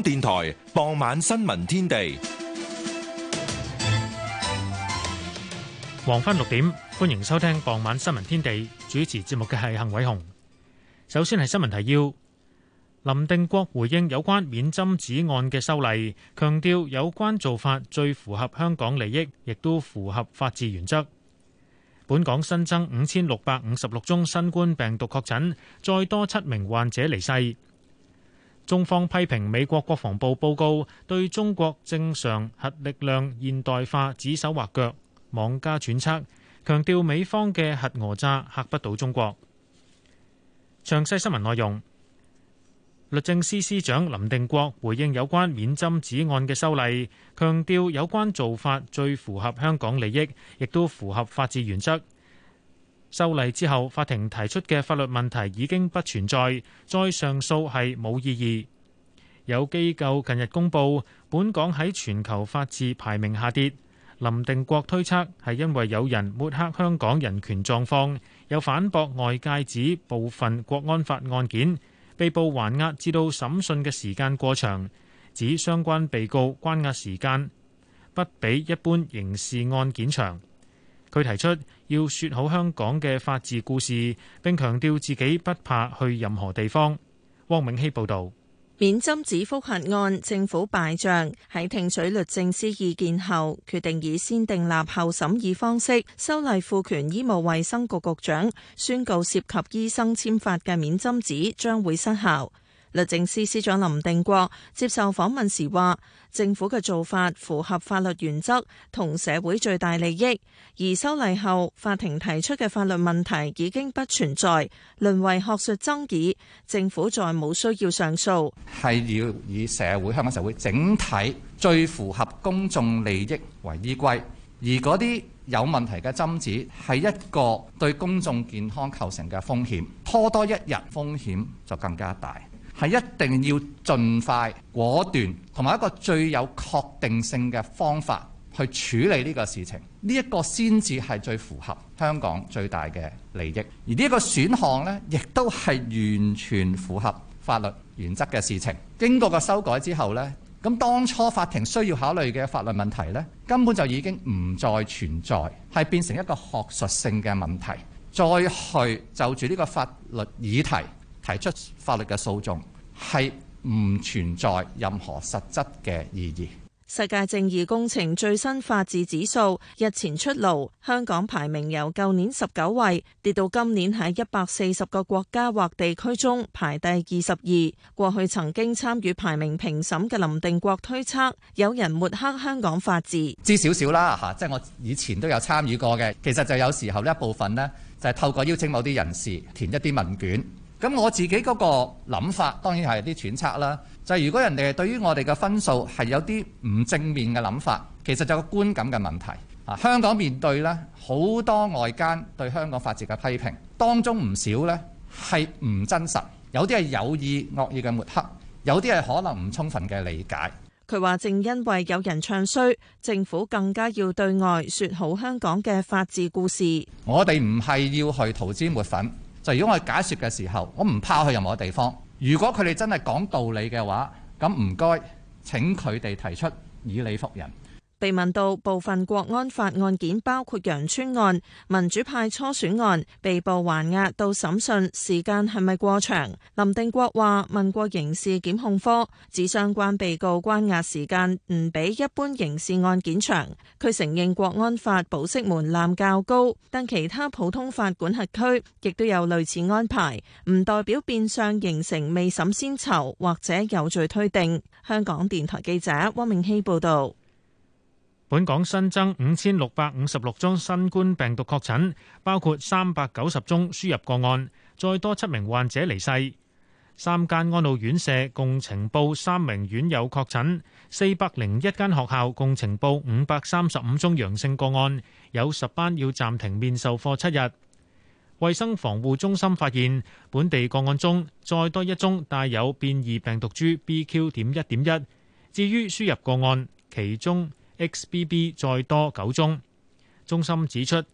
電台傍晚新聞天地， 黃昏6點，歡迎收聽傍晚新聞天地。主持節目嘅係幸偉雄。首先係新聞提要。林定國回應有關免針紙案嘅修例，強調有關做法最符合香港利益，亦都符合法治原則。本港新增5656宗新冠病毒確診，再多7名患者離世。中方批評美國國防部報告對中國正常核力量現代化指手畫腳，妄加揣測，強調美方嘅核訛詐嚇不到中國。詳細新聞內容。律政司司長林定國回應有關免針紙案嘅修例，強調有關做法最符合香港利益，亦都符合法治原則。修例之後，法庭提出嘅法律問題已經不存在，再上訴係冇意義。有機構近日公佈，本港喺全球法治排名下跌。林定國推測係因為有人抹黑香港人權狀況，又反駁外界指部分國安法案件被捕還押至到審訊嘅時間過長，指相關被告關押時間不比一般刑事案件長。佢提出要説好香港嘅法治故事，並強調自己不怕去任何地方。汪永熙報導。 免針紙覆核案，政府敗仗，喺聽取律政司意見後，決定以先訂立後審議方式修例，賦權醫務衛生局局長宣告涉及醫生簽發嘅免針紙將會失效。律政司司長林定國接受訪問時話，政府嘅做法符合法律原則同社會最大利益，而修例後法庭提出嘅法律問題已經不存在，淪為學術爭議，政府再冇需要上訴。 係要以香港社會整體最符合公眾利益為依歸，而嗰啲有問題嘅針紙係一個對公眾健康構成嘅風險，拖多一日風險就更加大。係一定要盡快、果斷同埋一個最有確定性嘅方法去處理呢個事情，呢一個先至係最符合香港最大嘅利益。而呢一個選項呢，亦都係完全符合法律原則嘅事情。經過個修改之後呢，咁當初法庭需要考慮嘅法律問題呢，根本就已經唔再存在，係變成一個學術性嘅問題。再去就住呢個法律議題提出法律嘅訴訟，係唔存在任何實質嘅意義。 世界正義工程最新法治指數日前出爐，香港排名由舊年19位跌到今年喺140個國家或地區中排第22。過去曾經參與排名評審嘅林定國推測，有人抹黑香港法治。 知少少啦嚇，即係我以前都有參與過嘅。其實就有時候呢一部分呢，就係透過邀請某啲人士填一啲問卷。咁我自己嗰個諗法當然係啲揣測啦，就係如果人哋對於我哋嘅分數係有啲唔正面嘅諗法，其實就個觀感嘅問題。香港面對呢好多外間對香港法治嘅批評，當中唔少呢係唔真實，有啲係有意惡意嘅抹黑，有啲係可能唔充分嘅理解。 佢話正因為有人唱衰，政府更加要對外説好香港嘅法治故事。 我哋唔係要去塗脂抹粉。就如果我解説嘅時候，我唔怕去任何地方。如果佢哋真係講道理嘅話，咁唔該請佢哋提出以理服人。 被問到部分國安法案件，包括楊村案、民主派初選案，被捕還押到審訊時間係咪過長？林定國話問過刑事檢控科，指相關被告關押時間唔比一般刑事案件長。佢承認國安法保釋門檻較高，但其他普通法管轄區亦都有類似安排，唔代表變相形成未審先囚或者有罪推定。香港電台記者汪明熙報導。 本港新增5656宗新冠病毒確診，包括390宗輸入個案，再多7名患者離世。3間安老院舍共呈報3名院友確診，401間學校共呈報535宗陽性個案，有10班要暫停面授課7日。衛生防護中心發現，本地個案中再多1宗帶有變異病毒株 BQ.1.1。至於輸入個案，其中XBB 再多9宗，中心指出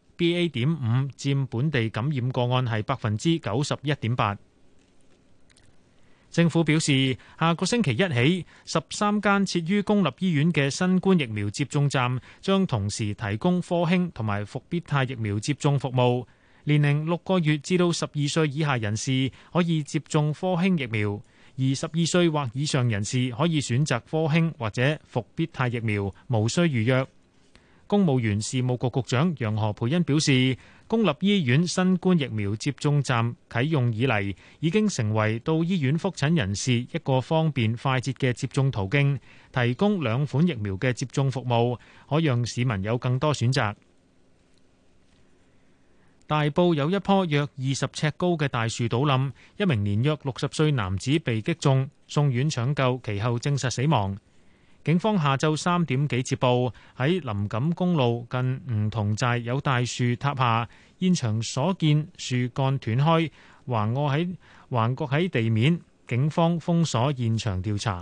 BA.5 佔本地感染個案係91.8%。 政府表示，下個星期一起，13間設於公立醫院嘅新冠疫苗接種站將同時提供科興同埋復必泰疫苗接種服務。年齡6個月至到12歲以下人士可以接種科興疫苗，而12歲或以上人士可以選擇科興或者復必泰疫苗，無需預約。公務員事務局局長楊何蓓茵表示，公立醫院新冠疫苗接種站啟用以嚟，已經成為到醫院覆診人士一個方便快捷嘅接種途徑，提供2款疫苗嘅接種服務，可讓市民有更多選擇。大埔有一棵約20尺高嘅大樹倒冧，一名年約60歲男子被擊中，送院搶救，其後證實死亡。警方下晝3點幾接報，喺林錦公路近梧桐寨有大樹塌下，現場所見樹幹斷開，橫臥喺地面。警方封鎖現場調查。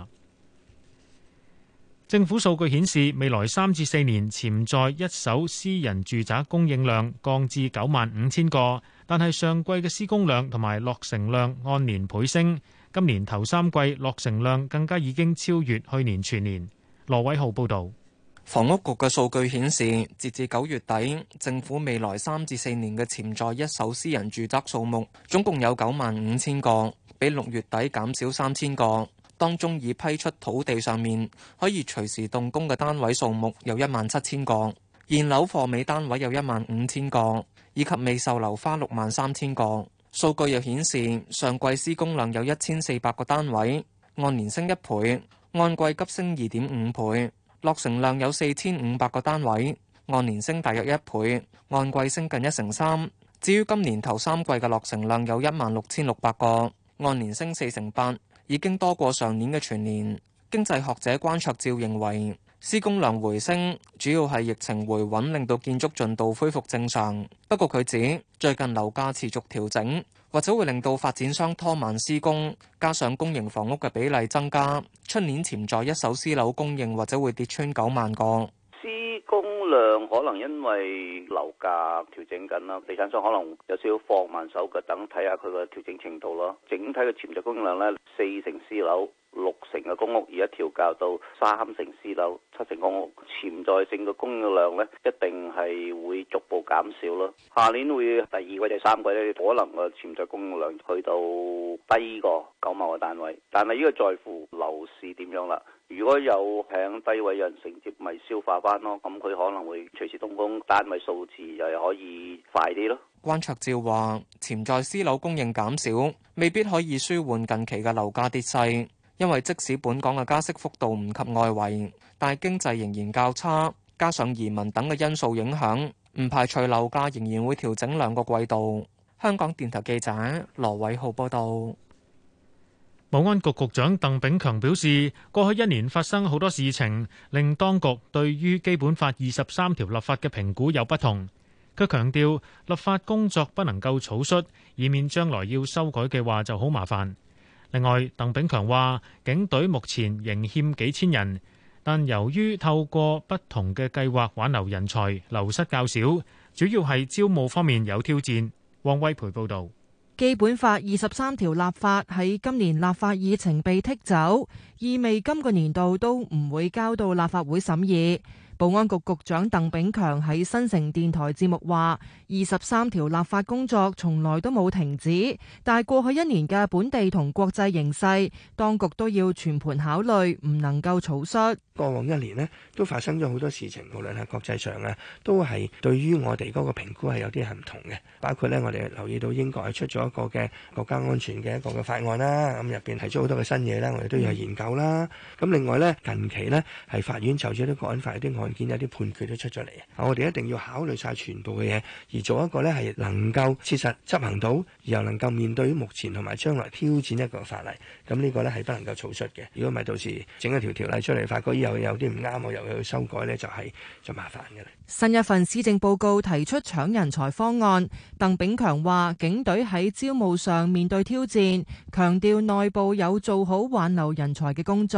政府數據顯示，未來3至4年潛在一手私人住宅供應量降至95,000個，但係上季嘅施工量同埋落成量按年倍升。今年頭3季落成量更加已經超越去年全年。羅偉浩報導。 房屋局嘅數據顯示，截至9月底，政府未來3至4年嘅潛在一手私人住宅數目總共有95,000個，比6月底減少3,000個。當中已批出土地上面可以隨時動工嘅單位數目有17,000個，現樓貨尾單位有15,000個，以及未售樓花63,000個。數據又顯示，上季施工量有1,400個單位，按年升1倍，按季急升2.5倍；落成量有4,500個單位，按年升大約1倍，按季升近1成3。至於今年頭3季嘅落成量有16,600個，按年升4成8。已經多過上年嘅全年。經濟學者關焯照認為，施工量回升主要係疫情回穩，令到建築進度恢復正常。不過佢指最近樓價持續調整，或者會令到發展商拖慢施工，加上公營房屋嘅比例增加，出年潛在一手私樓供應或者會跌穿9萬個。 供量可能因為樓價調整緊啦，地產商可能有少少放慢手腳，等睇下佢個調整程度咯。整體嘅潛在供應量呢，4成私樓，6成嘅公屋，而家調校到3成私樓，7成公屋。潛在性嘅供應量呢，一定係會逐步減少咯。下年會第2季、第3季呢，可能個潛在供應量去到低過9萬個單位，但係呢個在乎樓市點樣啦。如果有喺低位人承接，咪消化翻咯。咁佢可能會隨時動工，單位數字又可以快啲咯。 關焯照話：潛在私樓供應減少，未必可以舒緩近期嘅樓價跌勢，因為即使本港嘅加息幅度唔及外圍，但係經濟仍然較差，加上移民等嘅因素影響，唔排除樓價仍然會調整2個季度。香港電台記者羅偉浩報道。 保安局局長鄧炳強表示，過去1年發生好多事情，令當局對於基本法23條立法嘅評估有不同。佢強調，立法工作不能夠草率，以免將來要修改嘅話就好麻煩。另外，鄧炳強話，警隊目前仍欠幾千人，但由於透過不同嘅計劃挽留人才，流失較少，主要係招募方面有挑戰。汪威培報導。 基本法23條立法喺今年立法議程被剔走，意味今個年度都唔會交到立法會審議。保安局局長鄧炳強喺新城電台節目話：23條立法工作從來都冇停止，但係過去1年嘅本地同國際形勢，當局都要全盤考慮，唔能夠草率。 過往1年呢都發生咗好多事情，無論係國際上啊，都係對於我哋嗰個評估係有啲係唔同嘅。包括呢，我哋留意到英國係出咗一個嘅國家安全嘅一個嘅法案啦，咁入邊提出好多嘅新嘢啦，我哋都要去研究啦。咁另外呢，近期呢係法院就住啲國安法啲案件有啲判決都出咗嚟，我哋一定要考慮晒全部嘅嘢，而做一個呢係能夠切實執行到，而又能夠面對於目前同埋將來挑戰一個法例。咁呢個呢係不能夠草率嘅。如果唔係，到時整一條條例出嚟，發覺有啲唔啱，我又要去修改呢，就麻煩嘅啦。 新一份施政報告提出搶人才方案，鄧炳強話警隊喺招募上面對挑戰，強調內部有做好挽留人才嘅工作。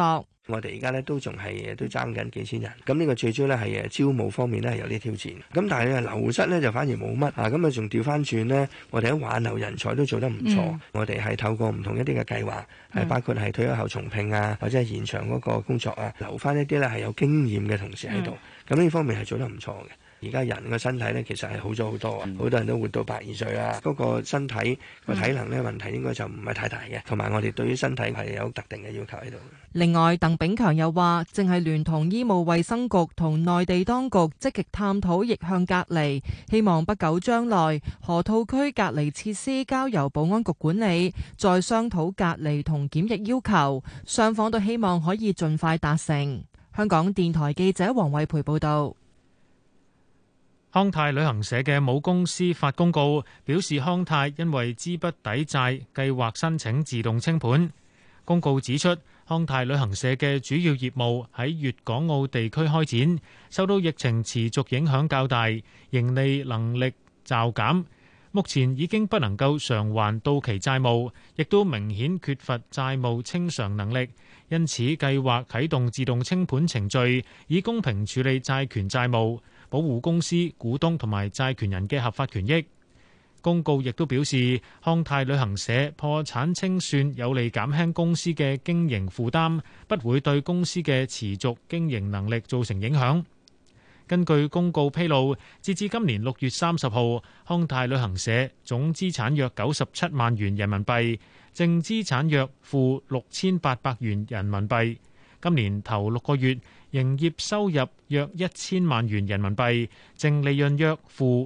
我哋而家咧都仲係都爭緊幾千人，咁呢個最主要咧係招募方面咧係有啲挑戰，咁但係咧流失咧就反而冇乜啊，咁啊仲調翻轉咧，我哋喺挽留人才都做得唔錯，我哋係透過唔同一啲嘅計劃，係包括係退休後重聘啊，或者係延長嗰個工作啊，留翻一啲咧係有經驗嘅同事喺度，咁呢方面係做得唔錯嘅。而家人嘅身體咧，其實係好咗好多啊！好多人都活到102歲啦。嗰個身體個體能咧問題應該就唔係太大嘅，同埋我哋對於身體係有特定嘅要求喺度。 另外，鄧炳強又話，正係聯同醫務衛生局同內地當局積極探討逆向隔離，希望不久將來河套區隔離設施交由保安局管理，再商討隔離同檢疫要求。雙方都希望可以盡快達成。香港電台記者黃惠培報導。 康泰旅行社嘅母公司發公告表示，康泰因為資不抵債，計劃申請自動清盤。公告指出，康泰旅行社嘅主要業務喺粵港澳地區開展，受到疫情持續影響較大，盈利能力驟減，目前已經不能夠償還到期債務，亦都明顯缺乏債務清償能力，因此計劃啟動自動清盤程序，以公平處理債權債務，保護公司、股東同埋債權人嘅合法權益。公告亦都表示，康泰旅行社破產清算有利減輕公司嘅經營負擔，不會對公司嘅持續經營能力造成影響。根據公告披露，截至今年6月30號，康泰旅行社總資產約97萬元人民幣，淨資產約負6800元人民幣。今年頭6個月，營業收入約1000萬元人民幣，淨利潤約負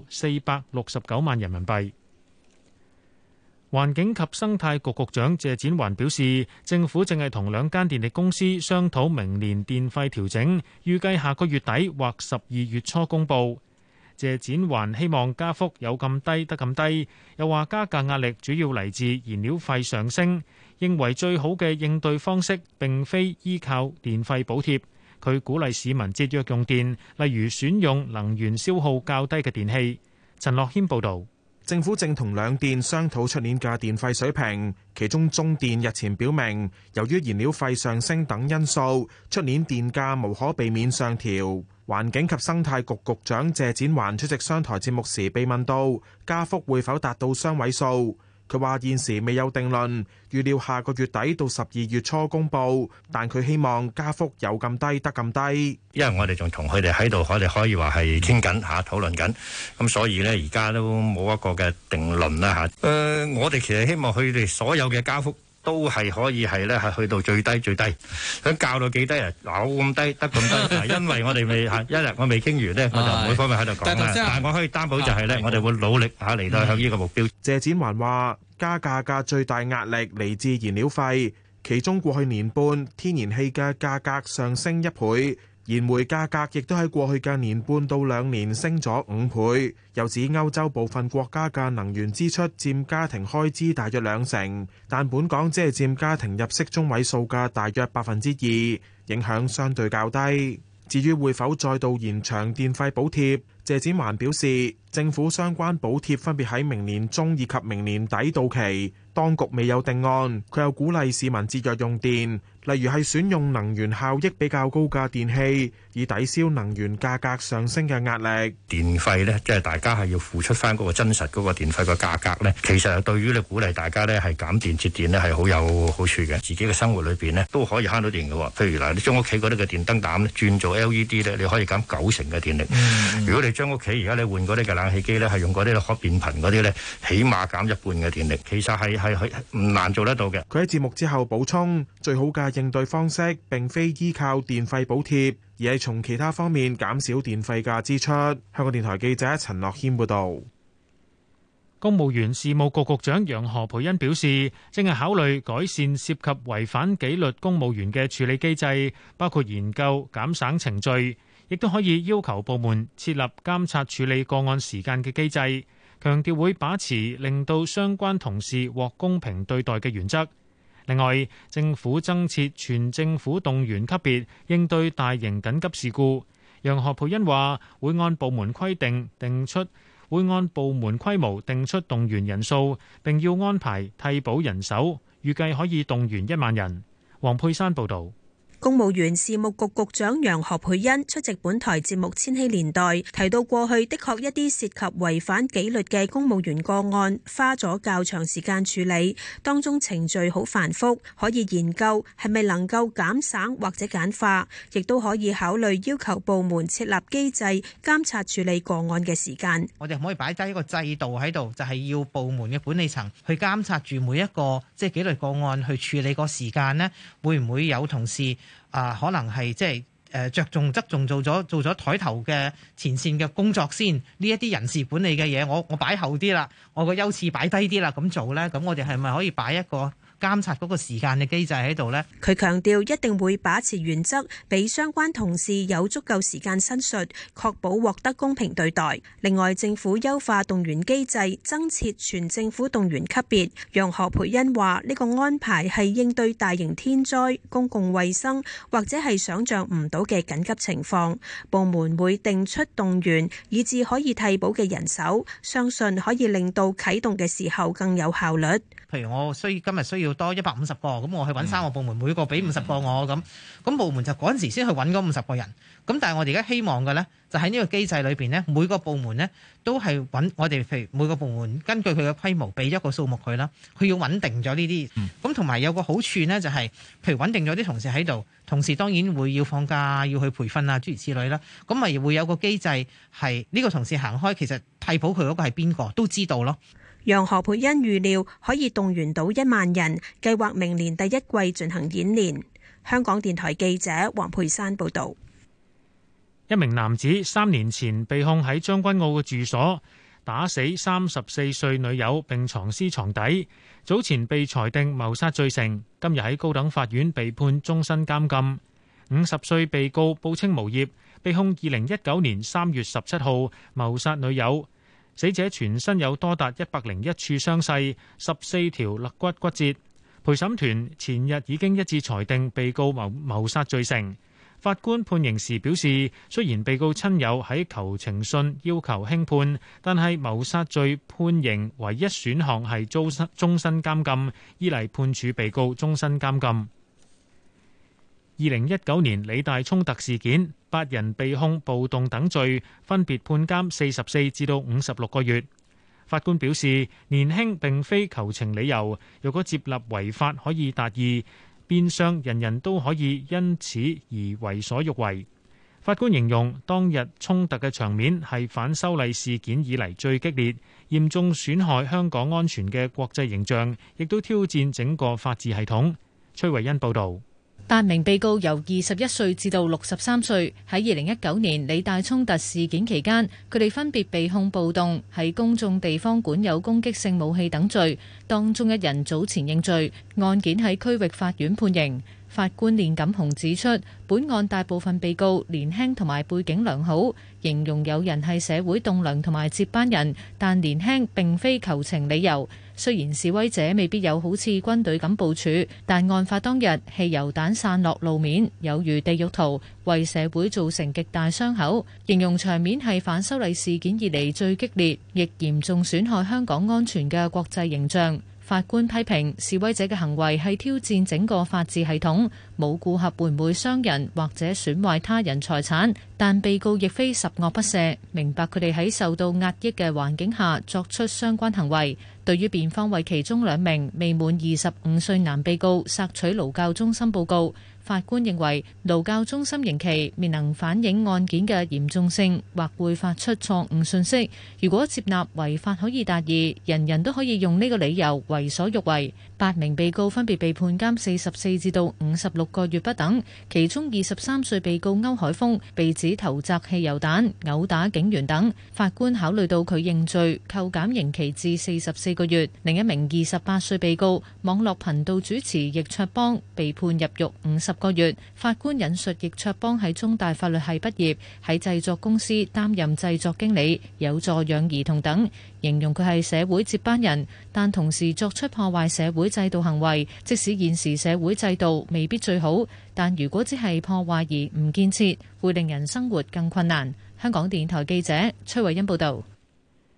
469萬人民幣。環境及生態局局長謝展寰表示，政府正係同2間電力公司商討明年電費調整，預計下個月底或12月初公佈。謝展寰希望加幅有咁低得咁低，又話加價壓力主要嚟自燃料費上升，認為最好嘅應對方式並非依靠電費補貼。佢鼓勵市民節約用電，例如選用能源消耗較低嘅電器。陳樂軒報導。 政府正同兩電商討出年嘅電費水平，其中中電日前表明，由於燃料費上升等因素，出年電價無可避免上調。環境及生態局局長謝展寰出席商台節目時被問到加幅會否達到雙位數，佢話現時未有定論，預料下個月底到12月初公佈，但佢希望加幅有咁低得咁低。 因為我哋仲同佢哋喺度，我哋可以話係傾緊嚇討論緊，咁所以呢，而家都冇一個嘅定論啦嚇。我哋其實希望佢哋所有嘅加幅都係可以係咧係去到最低最低，想教到幾低啊？嗱，咁低得咁低，因為我哋未嚇一日我未傾完呢，我就唔會方面喺度講啦。但係我可以擔保就係呢，我哋會努力嚇嚟到向呢個目標。 謝展寰話：加價嘅最大壓力嚟自燃料費，其中過去年半天然氣嘅價格上升1倍。燃煤價格亦都喺過去嘅年半到2年升咗5倍，又指歐洲部分國家嘅能源支出佔家庭開支大約2成，但本港只係佔家庭入息中位數嘅大約2%，影響相對較低。至於會否再度延長電費補貼，謝展寰表示，政府相關補貼分別喺明年中以及明年底到期，當局未有定案。佢又鼓勵市民節約用電，例如係選用能源效益比較高嘅電器，以抵消能源價格上升嘅壓力。 電費呢，即係大家係要付出翻嗰個真實嗰個電費個價格呢，其實對於你鼓勵大家呢係減電節電呢係好有好處嘅。自己嘅生活裏邊呢都可以慳到電嘅。譬如嗱，你將屋企嗰啲嘅電燈膽轉做 LED 呢，你可以減90%嘅電力。如果你將屋企而家你換嗰啲嘅冷氣機呢，係用嗰啲可變頻嗰啲呢，起碼減1半嘅電力。其實係唔難做得到嘅。 佢喺節目之後補充，最好嘅應對方式並非依靠電費補貼，而係從其他方面減少電費嘅支出。香港電台記者陳樂軒報導。 公務員事務局局長楊何蓓茵表示，正係考慮改善涉及違反紀律公務員嘅處理機制，包括研究減省程序，亦都可以要求部門設立監察處理個案時間嘅機制。強調會把持令到相關同事獲公平對待嘅原則。另外，政府增設全政府動員級別應對大型緊急事故。楊何蓓茵話：會按部門規模定出動員人數，並要安排替補人手，預計可以動員1萬人。黃佩珊報導。 公務員事務局局長楊何蓓茵出席本台節目《千禧年代》，提到過去的確一啲涉及違反紀律嘅公務員個案，花咗較長時間處理，當中程序好繁複，可以研究係咪能夠減省或者簡化，亦都可以考慮要求部門設立機制監察處理個案嘅時間。 我哋可唔可以擺低一個制度喺度，就係要部門嘅管理層去監察住每一個即係紀律個案去處理個時間呢？會唔會有同事可能係即係着重側重做咗台頭嘅前線嘅工作先？呢一啲人事管理嘅嘢，我擺後啲啦，我個優次擺低啲啦，咁做呢？咁我哋係咪可以擺一個監察嗰個時間嘅機制喺度呢？ 佢強調一定會把持原則，俾相關同事有足夠時間申述，確保獲得公平對待。另外，政府優化動員機制，增設全政府動員級別。楊何蓓茵話：呢個安排係應對大型天災、公共衛生或者係想像唔到嘅緊急情況，部門會定出動員以至可以替補嘅人手，相信可以令到啟動嘅時候更有效率。 譬如我今日需要多150個，咁我去揾3個部門，每個俾50個我咁部門就嗰陣時先去揾嗰50個人。咁但係我哋而家希望嘅呢，就喺呢個機制裏邊呢，每個部門呢都係揾我哋，譬如每個部門根據佢嘅規模俾一個數目佢啦，佢要穩定咗呢啲。咁同埋有個好處呢，就係譬如穩定咗啲同事喺度，同事當然會要放假，要去培訓啊，諸如此類啦。咁咪會有個機制係呢個同事行開，其實替補佢嗰個係邊個都知道咯。 楊何蓓茵預料可以動員到1萬人，計劃明年第一季進行演練。香港電台記者黃佩珊報導。 一名男子3年前被控喺將軍澳嘅住所打死34歲女友並藏屍床底，早前被裁定謀殺罪成，今日喺高等法院被判終身監禁。50歲被告報稱無業，被控2019年3月17號謀殺女友。死者全身有多達101處傷勢，14條肋骨骨折。陪審團前日已經一致裁定被告謀殺罪成。法官判刑時表示，雖然被告親友喺求情信要求輕判，但係謀殺罪判刑唯一選項係終身監禁，依例判處被告終身監禁。2019年理大衝突事件，8人被控暴動等罪，分別判監44至到56個月。法官表示，年輕並非求情理由，若果接納違法可以達義，變相人人都可以因此而為所欲為。法官形容當日衝突嘅場面係反修例事件以嚟最激烈，嚴重損害香港安全嘅國際形象，亦都挑戰整個法治系統。崔慧欣報導。 8名被告由21歲至到63歲，喺2019年理大衝突事件期間，佢哋分別被控暴動、喺公眾地方管有攻擊性武器等罪，當中一人早前認罪，案件喺區域法院判刑。法官練錦雄指出，本案大部分被告年輕同埋背景良好，形容有人係社會棟樑同埋接班人，但年輕並非求情理由。雖然示威者未必有好似軍隊咁部署，但案發當日汽油彈散落路面，有如地獄圖，為社會造成極大傷口。形容場面係反修例事件以嚟最激烈，亦嚴重損害香港安全嘅國際形象。法官批評示威者嘅行為係挑戰整個法治系統，冇顧合會唔會傷人或者損壞他人財產，但被告亦非十惡不赦，明白佢哋喺受到壓抑嘅環境下作出相關行為。對於辯方為其中2名未滿25歲男被告索取勞教中心報告，法官認為勞教中心刑期未能反映案件嘅嚴重性，或會發出錯誤信息。如果接納違法可以達義，人人都可以用呢個理由為所欲為。8名被告分別被判監44至到56個月不等，其中23歲被告歐海峰被指投擲汽油彈、毆打警員等。法官考慮到佢認罪，扣減刑期至44個月。另一名28歲被告網絡頻道主持易卓邦被判入獄50個月。法官引述易卓邦喺中大法律系畢業，喺製作公司擔任製作經理，有助養兒童等，形容佢係社會接班人，但同時作出破壞社會制度行為。即使現時社會制度未必最好，但如果只係破壞而唔建設，會令人生活更困難。香港電台記者崔慧欣報道。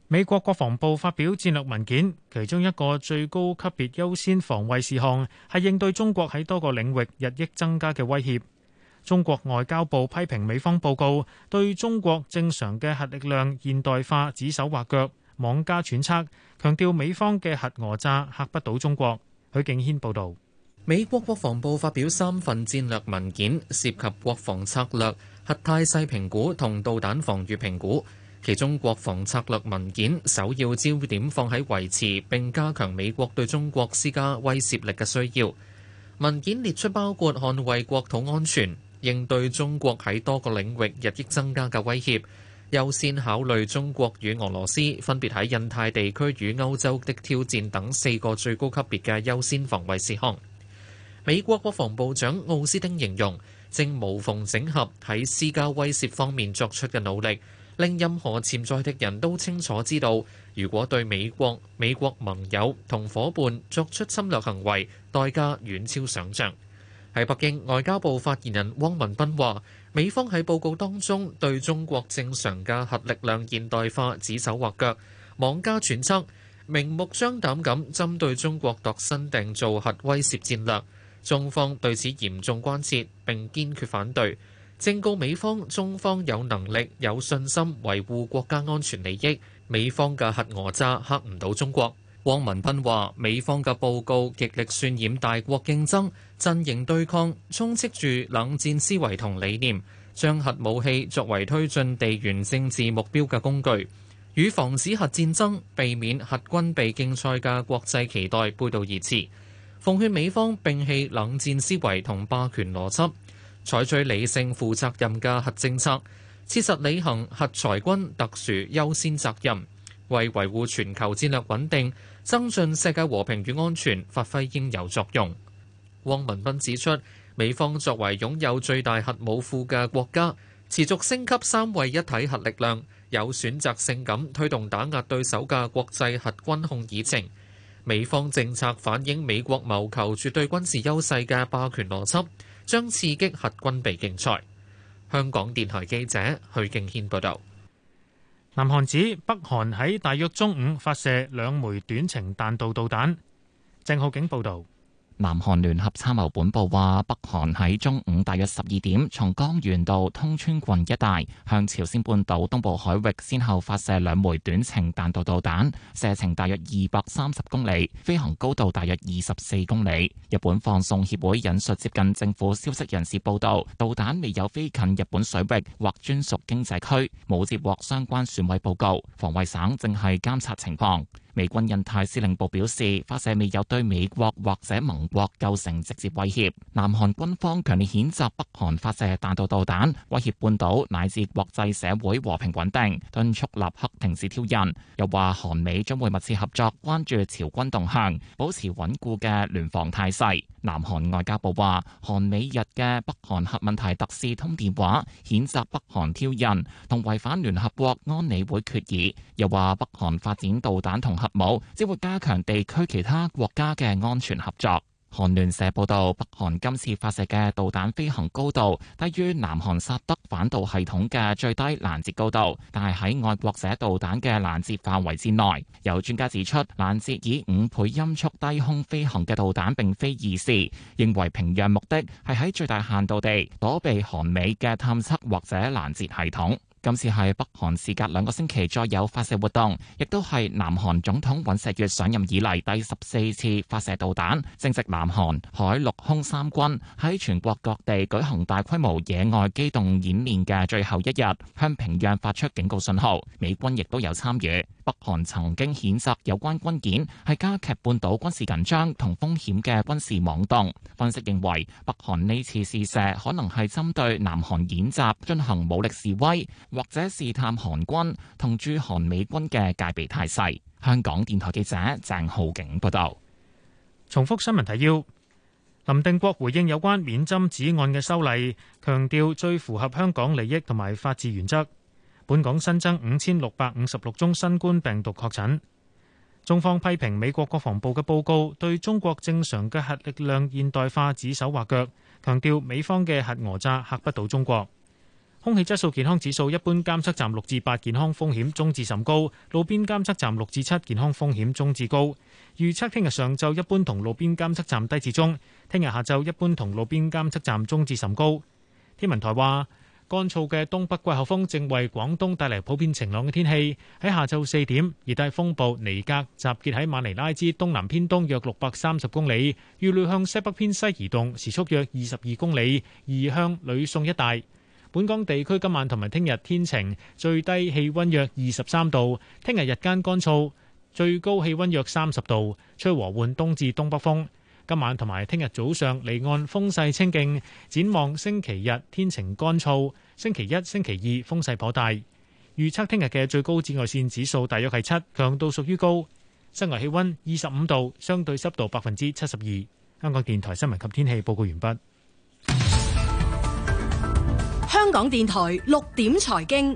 美國國防部發表戰略文件，其中一個最高級別優先防衛事項係應對中國喺多個領域日益增加嘅威脅。中國外交部批評美方報告對中國正常嘅核力量現代化指手畫腳、妄加揣測，強調美方嘅核訛詐嚇不到中國。許敬軒報導。 美國國防部發表3份戰略文件，涉及國防策略、核態勢評估同導彈防禦評估。其中國防策略文件首要焦點放喺維持並加強美國對中國施加威懾力嘅需要。文件列出包括捍衛國土安全、應對中國喺多個領域日益增加嘅威脅、優先考慮中國與俄羅斯分別喺印太地區與歐洲的挑戰等4個最高級別嘅優先防衛事項。美國國防部長奧斯汀形容，正無縫整合喺施加威懾方面作出嘅努力，令任何潛在敵人都清楚知道，如果對美國盟友同伙伴作出侵略行為，代價遠超想像。喺北京，外交部發言人汪文斌話，美方喺報告當中對中國正常嘅核力量現代化指手畫腳、妄加揣測，明目張膽咁針對中國度身訂造核威懾戰略。中方對此嚴重關切並堅決反對，正告美方中方有能力、有信心維護國家安全利益，美方嘅核訛詐嚇唔到中國。汪文斌話：美方嘅報告極力渲染大國競爭、陣營對抗，充斥住冷戰思維同理念，將核武器作為推進地緣政治目標嘅工具，與防止核戰爭、避免核軍備競賽嘅國際期待背道而馳。奉勸美方摒棄冷戰思維同霸權邏輯，採取理性負責任嘅核政策，切實履行核裁軍特殊優先責任，為維護全球戰略穩定、增進世界和平與安全發揮應有作用。汪文斌指出，美方作為擁有最大核武庫嘅國家，持續升級三位一體核力量，有選擇性咁推動打壓對手嘅國際核軍控議程。美方政策反映美國謀求絕對軍事優勢嘅霸權邏輯，將刺激核軍備競賽。香港電台記者許敬軒報導。 南韓指北韓喺大約中午發射2枚短程彈道導彈。鄭浩景報導。 南韓聯合參謀本部話，北韓喺中午大約12點，從江原道通川郡一帶向朝鮮半島東部海域先後發射2枚短程彈道導彈，射程大約230公里，飛行高度大約24公里。日本放送協會引述接近政府消息人士報道，導彈未有飛近日本水域或專屬經濟區，冇接獲相關損毀報告。防衛省正係監察情況。美軍印太司令部表示，發射未有對美國或者盟國構成直接威脅。南韓軍方強烈譴責北韓發射彈道導彈，威脅半島乃至國際社會和平穩定，敦促立刻停止挑釁。又話韓美將會密切合作，關注朝軍動向，保持穩固嘅聯防態勢。南韓外交部話，韓美日嘅北韓核問題特使通電話，譴責北韓挑釁同違反聯合國安理會決議。又話北韓發展導彈同核武，只會加強地區其他國家嘅安全合作。韓聯社報道，北韓今次發射嘅導彈飛行高度低於南韓薩德反導系統嘅最低攔截高度，但係喺愛國者導彈嘅攔截範圍之內。有專家指出，攔截以5倍音速低空飛行嘅導彈並非易事，認為平壤目的係喺最大限度地躲避韓美嘅探測或者攔截系統。今次係北韓時隔2個星期再有發射活動，亦都係南韓總統尹錫悅上任以嚟第14次發射導彈，正值南韓海陸空三軍喺全國各地舉行大規模野外機動演練嘅最後一日，向平壤發出警告信號。美軍亦都有參與。北韓曾經譴責有關軍演係加劇半島軍事緊張同風險嘅軍事妄動。分析認為，北韓呢次試射可能係針對南韓演習進行武力示威，或者試探韓軍同駐韓美軍嘅戒備態勢。香港電台記者鄭浩景報道。 重複新聞提要：林定國回應有關免針紙案嘅修例，強調最符合香港利益同埋法治原則。本港新增5656宗新冠病毒確診。中方批評美國國防部嘅報告對中國正常嘅核力量現代化指手畫腳，強調美方嘅核訛詐嚇不到中國。 空氣質素健康指數一般監測站6至8健康風險中至甚高，路邊監測站6至7健康風險中至高。預測聽日上晝一般同路邊監測站低至中，聽日下晝一般同路邊監測站中至甚高。天文台話，乾燥嘅東北季候風正為廣東帶嚟普遍晴朗嘅天氣。喺下晝4點，熱帶風暴尼格集結喺馬尼拉之東南偏東約630公里，預料向西北偏西移動，時速約22公里，移向呂宋一帶。本港地區今晚同埋聽日天晴，最低氣溫約23度。聽日日間乾燥，最高氣溫約30度，吹和緩東至東北風。今晚同埋聽日早上離岸風勢清勁，展望星期日天晴乾燥，星期一、星期二風勢頗大。預測聽日嘅最高紫外線指數大約係7，強度屬於高。室外氣溫25度，相對濕度72%。香港電台新聞及天氣報告完畢。 香港電台6點財經，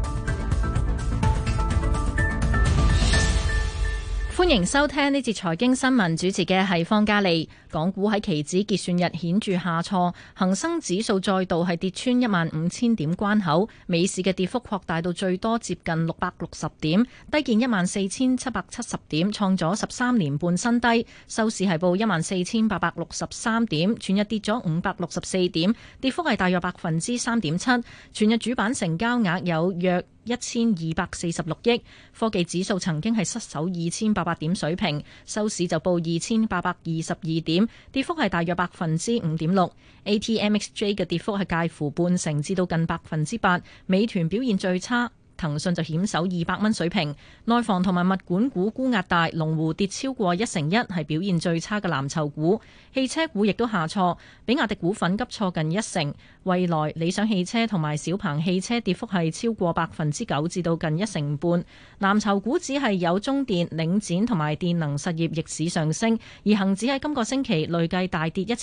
歡迎收聽呢節財經新聞，主持嘅係方嘉利。港股喺期指結算日顯著下挫，恒生指數再度係跌穿15000點關口，尾市嘅跌幅擴大到最多接近660點，低見14770點，創咗13年半新低。收市係報14863點，全日跌咗564點，跌幅係大約3.7%。全日主板成交額有約1246億。科技指數曾經係失守2800點水平，收市就報2822點，跌幅係大約5.6%。ATMXJ 嘅跌幅係介乎半成至到近8%。美團表現最差，騰訊就險守200蚊水平。內房同埋物管股沽壓大，龍湖跌超過1成1，係表現最差嘅藍籌股。汽車股亦都下挫，比亞迪股份急挫近1成，蔚來、理想汽車同埋小鵬汽車跌幅係超過9%至到近1成半。藍籌股只係有中電、領展同埋電能實業逆市上升，而恒指喺今個星期累計大跌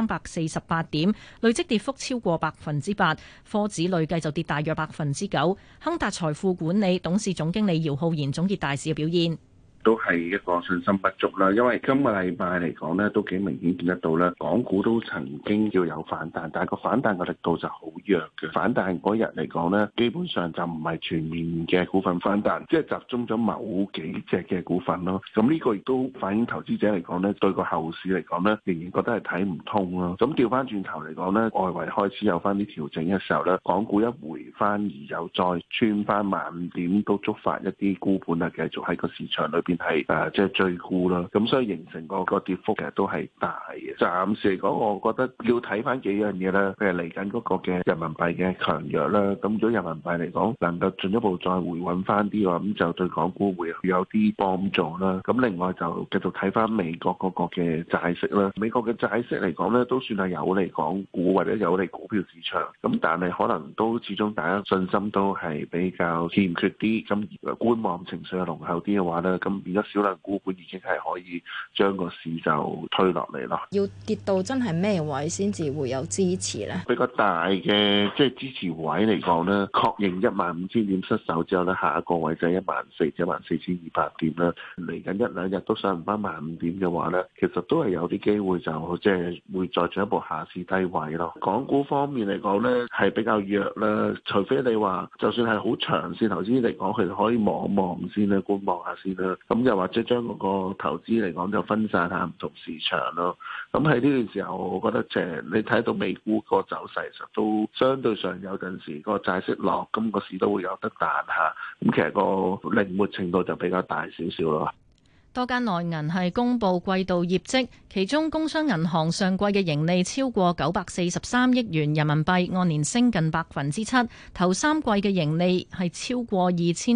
1348點，累積跌幅超過8%。科指累計就跌大約9%。亨達財富管理董事總經理姚浩然總結大市嘅表現。 都係一個信心不足啦，因為今個禮拜嚟講咧，都幾明顯見得到啦。港股都曾經要有反彈，但係個反彈嘅力度就好弱嘅。反彈嗰日嚟講咧，基本上就唔係全面嘅股份反彈，即係集中咗某幾隻嘅股份咯。咁呢個亦都反映投資者嚟講咧，對個後市嚟講咧，仍然覺得係睇唔通咯。咁調翻轉頭嚟講咧，外圍開始有翻啲調整嘅時候咧，港股一回翻而又再穿翻15000點，都觸發一啲沽盤啊，繼續喺個市場裏邊係即係追沽啦，咁所以形成個跌幅其實都係大嘅。暫時嚟講，我覺得要睇翻幾樣嘢啦，譬如嚟緊嗰個嘅人民幣嘅強弱啦。咁如果人民幣嚟講能夠進一步再回穩翻啲嘅話，咁就對港股會有啲幫助啦。咁另外就繼續睇翻美國嗰個嘅債息啦。美國嘅債息嚟講咧，都算係有利港股或者有利股票市場。咁但係可能都始終大家信心都係比較欠缺啲，咁觀望情緒又濃厚啲嘅話咧，咁變咗少量股本已經係可以將個市就推落嚟咯。 要跌到真係咩位先至會有支持咧？ 比較大嘅即係支持位嚟講咧，確認15000點失守之後咧，下一個位就係14000至14200點啦。嚟緊一兩日都上唔翻15000點嘅話咧，其實都係有啲機會就即係會再進一步下試低位咯。港股方面嚟講咧，係比較弱啦，除非你話就算係好長線投資嚟講，佢哋可以望望先啦，觀望下先啦。咁又或者將嗰個投資嚟講就分散下唔同市場咯。咁喺呢段時候，我覺得即係你睇到美股個走勢，其實都相對上有陣時個債息落，咁個市都會有得彈下。咁其實個靈活程度就比較大少少咯。 多間內銀係公布季度業績，其中工商銀行上季嘅盈利超過943億元人民幣，按年升近7%。頭三季嘅盈利係超過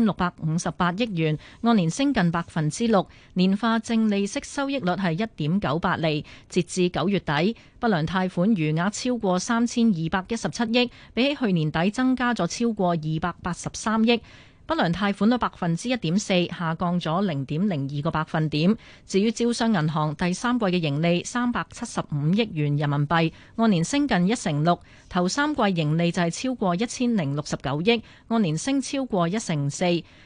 2658億元，按年升近6%。年化淨利息收益率係1.98厘。截至9月底，不良貸款餘額超過3217億，比起去年底增加咗超過283億。不良貸款率1.4%，下降咗0.02個百分點。至於招商銀行第三季嘅盈利375億元人民幣，按年升近6%。頭三季盈利就係超過1069億，按年升超過4%。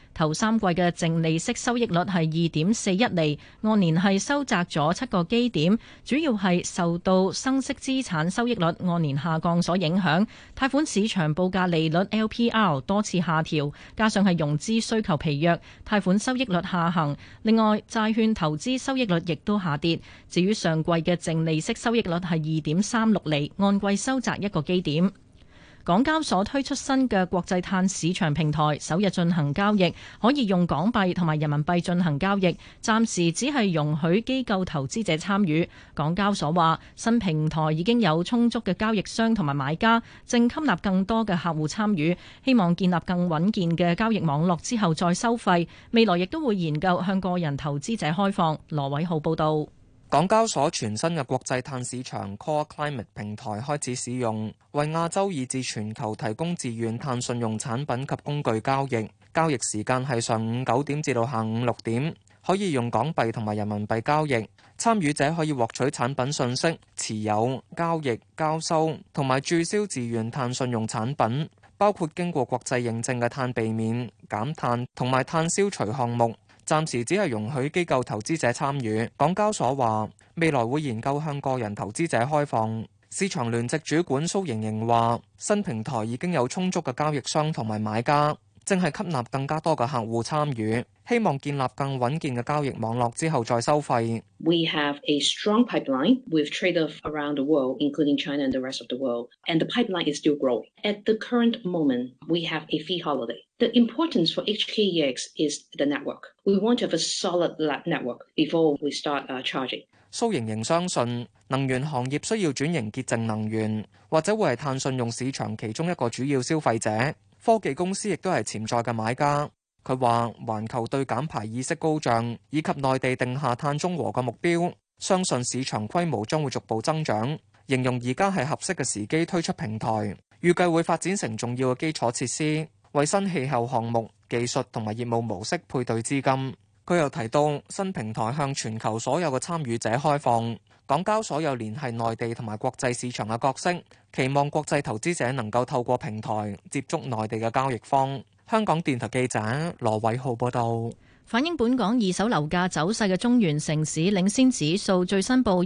頭3季嘅淨利息收益率係2.41厘，按年係收窄咗7個基點，主要係受到生息資產收益率按年下降所影響。貸款市場報價利率 LPR 多次下調，加上係融資需求疲弱，貸款收益率下行。另外，債券投資收益率亦都下跌。至於上季嘅淨利息收益率係2.36厘，按季收窄1個基點。港交所推出新嘅國際碳市場平台，首日進行交易，可以用港幣同埋人民幣進行交易，暫時只係容許機構投資者參與。港交所話，新平台已經有充足嘅交易商同埋買家，正吸納更多嘅客戶參與，希望建立更穩健嘅交易網絡之後再收費。未來亦都會研究向個人投資者開放。羅偉浩報導。 港交所全新嘅國際碳市場 Core Climate 平台開始使用，為亞洲以至全球提供自願碳信用產品及工具交易。交易時間係上午9點至到下午6點，可以用港幣同埋人民幣交易。參與者可以獲取產品信息、持有、交易、交收同埋註銷自願碳信用產品，包括經過國際認證嘅碳避免、減碳同埋碳消除項目。暫時只係容許機構投資者參與。港交所話未來會研究向個人投資者開放。市場聯席主管蘇瑩瑩話：新平台已經有充足嘅交易商同埋買家，正係吸納更加多嘅客戶參與，希望建立更穩健嘅交易網絡之後再收費。 We have a strong pipeline with traders around the world, including China and the rest of the world, and the pipeline is still growing. At the current moment, we have a fee holiday. The importance for HKEX is the network. We want to have a solid network before we start charging. 蘇瑩瑩相信能源行業需要轉型潔淨能源，或者會係碳信用市場其中一個主要消費者。科技公司亦都係潛在嘅買家。佢話環球對減排意識高漲，以及內地定下碳中和嘅目標，相信市場規模將會逐步增長。形容而家係合適嘅時機推出平台，預計會發展成重要嘅基礎設施，為新氣候項目、技術同埋業務模式配對資金。佢又提到新平台向全球所有嘅參與者開放，港交所有聯繫內地同埋國際市場嘅角色，期望國際投資者能夠透過平台接觸內地嘅交易方。香港電台記者羅偉浩報道。 反映本港二手樓價走勢嘅中原城市領先指數最新報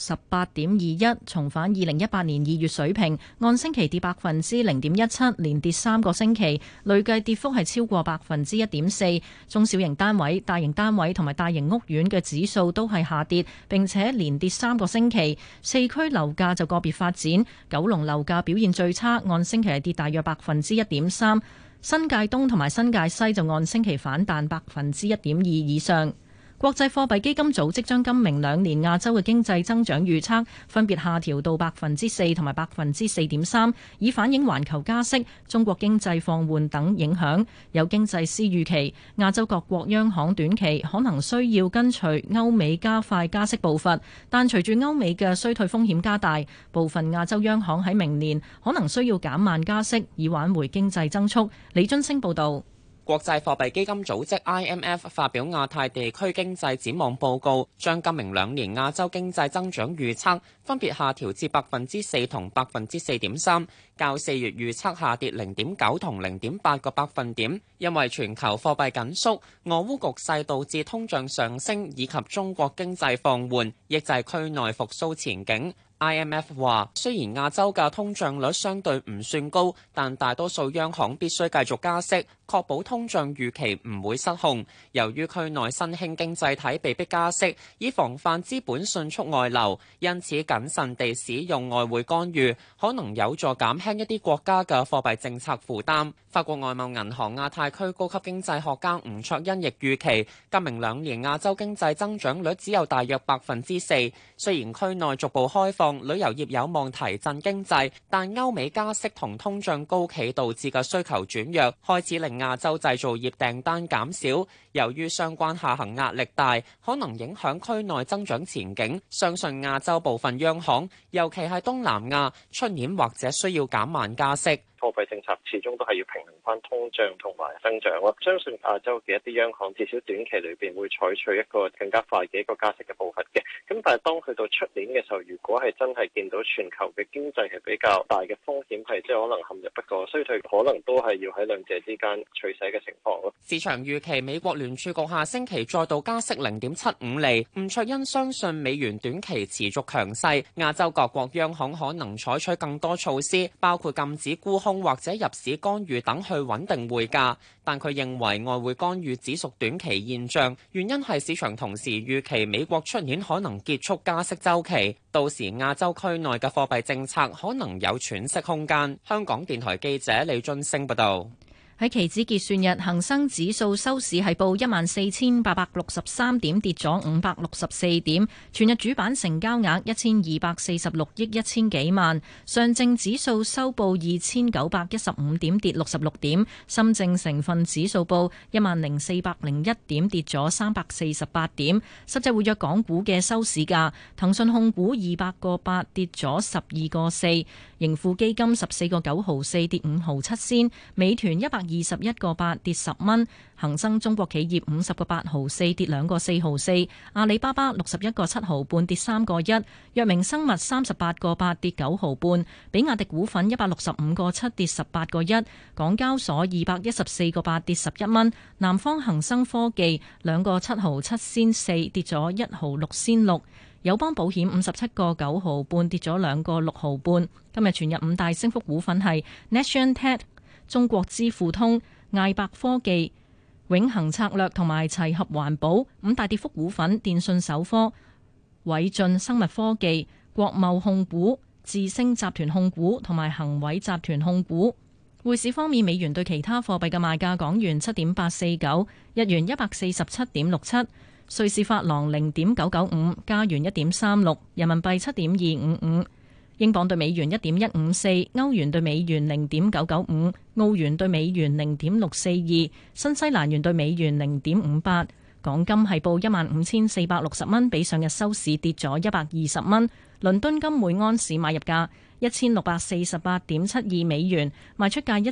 168.21， 重返2018年2月水平，按星期跌 0.17%， 連跌3個星期，累計跌幅係超過 1.4%。 中小型單位、大型單位同埋大型屋苑嘅指數都係下跌，並且連跌3個星期。四區樓價就個別發展，九龍樓價表現最差，按星期係跌大約 1.3%。新界東同埋新界西就按星期反彈 1.2% 以上。國際貨幣基金組織將今明兩年亞洲嘅經濟增長預測分別下調到 4% 同埋 4.3%， 以反映環球加息、中國經濟放緩等影響。有經濟師預期，亞洲各國央行短期可能需要跟隨歐美加快加息步伐，但隨住歐美嘅衰退風險加大，部分亞洲央行喺明年可能需要減慢加息，以挽回經濟增速。李津升報導。 國際貨幣基金組織 IMF 發表亞太地區經濟展望報告，將今明兩年亞洲經濟增長預測分別下調至 4% 同 4.3%， 較4月預測下跌 0.9 同 0.8個百分點，因為全球貨幣緊縮、俄烏局勢導致通脹上升以及中國經濟放緩，抑制區內復甦前景。IMF 話，雖然亞洲嘅通脹率相對唔算高，但大多數央行必須繼續加息，確保通脹預期唔會失控。由於區內新興經濟體被迫加息，以防範資本迅速外流，因此謹慎地使用外匯干預，可能有助減輕一啲國家嘅貨幣政策負擔。法國外貿銀行亞太區高級經濟學家吳卓恩亦預期，今明兩年亞洲經濟增長率只有大約 4%。雖然區內逐步開放，旅遊業有望提振經濟，但歐美加息同通脹高企導致嘅需求轉弱，開始令亞洲製造業訂單減少。由於相關下行壓力大，可能影響區內增長前景。相信亞洲部分央行，尤其係東南亞，出年或者需要減慢加息。 貨幣政策始終都係要平衡翻通脹同埋增長咯。相信亞洲嘅一啲央行至少短期裏邊會採取一個更加快嘅一個加息嘅步伐嘅。咁但係當去到出年嘅時候，如果係真係見到全球嘅經濟係比較大嘅風險，係即係可能陷入一個衰退，可能都係要喺兩者之間取捨嘅情況咯。 市場預期美國聯儲局下星期再度加息0.75厘。吳卓恩相信美元短期持續強勢，亞洲各國央行可能採取更多措施，包括禁止沽空或者入市干預等去穩定匯價。但佢認為外匯干預只屬短期現象，原因係市場同時預期美國出年可能結束加息週期，到時亞洲區內嘅貨幣政策可能有喘息空間。香港電台記者李俊升報道。 喺期指結算日，恒生指數收市係報14,863點，跌咗564點。全日主板成交額1246億1000幾萬。上證指數收報2915點，跌66點。深證成分指數報10401點，跌咗348點。實際活躍港股嘅收市價，騰訊控股200個8跌咗12個4，盈富基金14個9毫4跌5毫7仙，美團121個8跌10蚊，恒生中國企業50個8毫4跌2個4毫4，阿里巴巴61個7毫半跌3個1，藥明生物38個8跌9毫半，比亞迪股份165個7跌18個1，港交所214個8跌11蚊，南方恒生科技2個7毫7仙4跌咗1毫6仙6。友邦保險57個9毫半跌咗2個6毫半。今日全日5大升幅股份係 NationTech、中國支付通、艾伯科技、永恒策略同埋齊合環保。5大跌幅股份：電訊首科、偉進生物科技、國貿控股、智星集團控股同埋恒偉集團控股。匯市方面，美元對其他貨幣嘅賣價：港元7.849，日元147.67。瑞士法郎0.995，加元1.36，人民幣7.255，英鎊對美元1.154，歐元對美元0.995，澳元對美元0.642，新西蘭元對美元0.58。港金係報15,460蚊，比上日收市跌咗120蚊。倫敦金每安士買入價1648.72美元，賣出價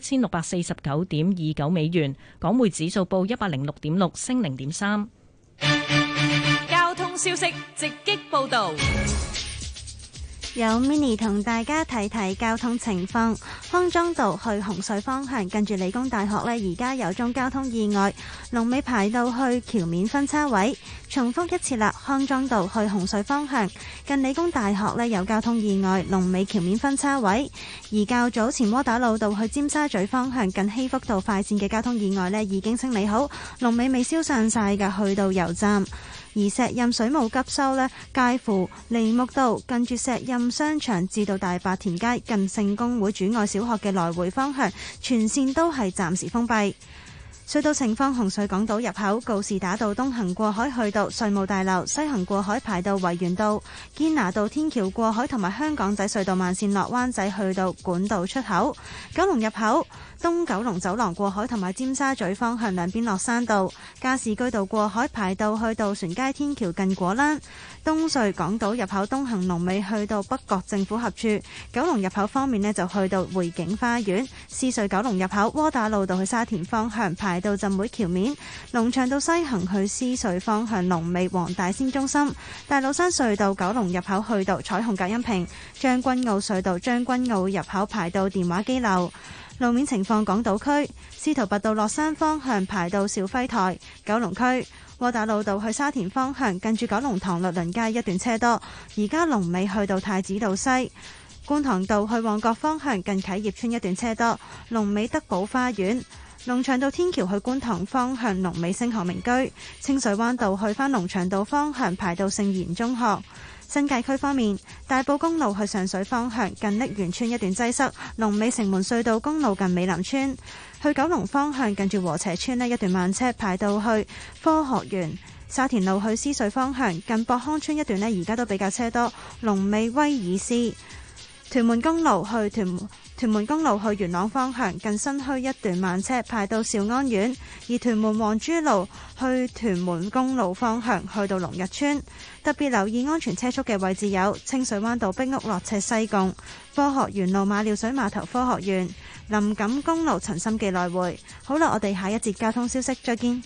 1649.29美元。港匯指數報106.6，升0.3。 交通消息直擊報道， 有 Mini 同大家睇睇交通情況。康莊道去紅隧方向，近住理工大學呢，而家有宗交通意外，龍尾排到去橋面分叉位。重複一次啦，康莊道去紅隧方向，近理工大學呢，有交通意外，龍尾橋面分叉位。而較早前窩打老道去尖沙咀方向，近禧福道快線嘅交通意外呢，已經清理好，龍尾未消散晒㗎，去到油站。而石蔭水務急修呢，介乎梨木道近住石蔭商場至到大白田街近聖公會主愛小學嘅來回方向，全線都係暫時封閉。隧道情況：紅隧港島入口告士打道東行過海去到稅務大樓，西行過海排到維園道、堅拿道天橋過海同埋香港仔隧道慢線落灣仔去到管道出口。九龍入口東九龍走廊過海同埋尖沙咀方向兩邊落山道、加士居道過海排到去渡船街天橋近果欄。東隧港島入口東行龍尾去到北角政府合署。九龍入口方面呢，就去到匯景花園。獅隧九龍入口窩打老道去沙田方向排到浸會橋面。龍翔道西行去獅隧方向龍尾黃大仙中心。大老山隧道九龍入口去到彩虹隔音屏。將軍澳隧道將軍澳入口排到電話機樓。路面情況：港島區司徒拔道落山方向排到肇輝台。九龍區窩打老道去沙田方向近住九龍塘律倫街一段車多，而家龍尾去到太子道西。觀塘道去旺角方向近啟業邨一段車多，龍尾德寶花園。龍翔道天橋去觀塘方向龍尾星河名居。清水灣道去返龍翔道方向排到聖賢中學。新界區方面，大埔公路去上水方向近瀝源村一段擠塞，龍尾城門隧道公路近美林村。去九龍方向近住禾輋村呢一段慢車排到去科學園。沙田路去獅隧方向近博康村一段呢，而家都比較車多，龍尾威爾斯。 屯門公路去元朗方向近新墟一段慢車排到兆安苑，而屯門皇珠路去屯門公路方向去到龍日村。特別留意安全車速嘅位置有清水灣道壁屋落斜西貢、科學園路馬料水碼頭科學園、林錦公路陳心記來回。好啦，我哋下一節交通消息再見。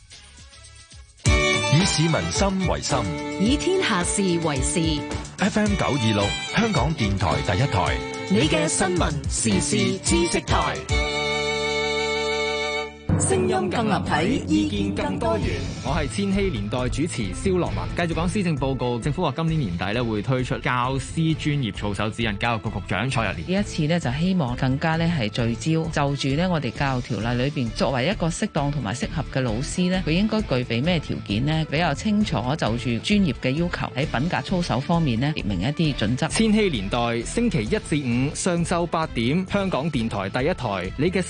以市民心為心， 以天下事為事。 FM 926，香港電台第一台， 你嘅新聞時事知識台。聲音更立體，意見更多元。 我係千禧年代主持蕭樂文，繼續講施政報告。政府話今年年底咧會推出教師專業操守指引，教育局局長蔡若蓮呢一次咧就希望更加咧係聚焦就住咧我哋教育條例裏邊，作為一個適當同埋適合嘅老師咧，佢應該具備咩條件呢？比較清楚就住專業嘅要求喺品格操守方面呢，列明一啲準則。 千禧年代星期一至五上晝8點，香港電台第一台，你嘅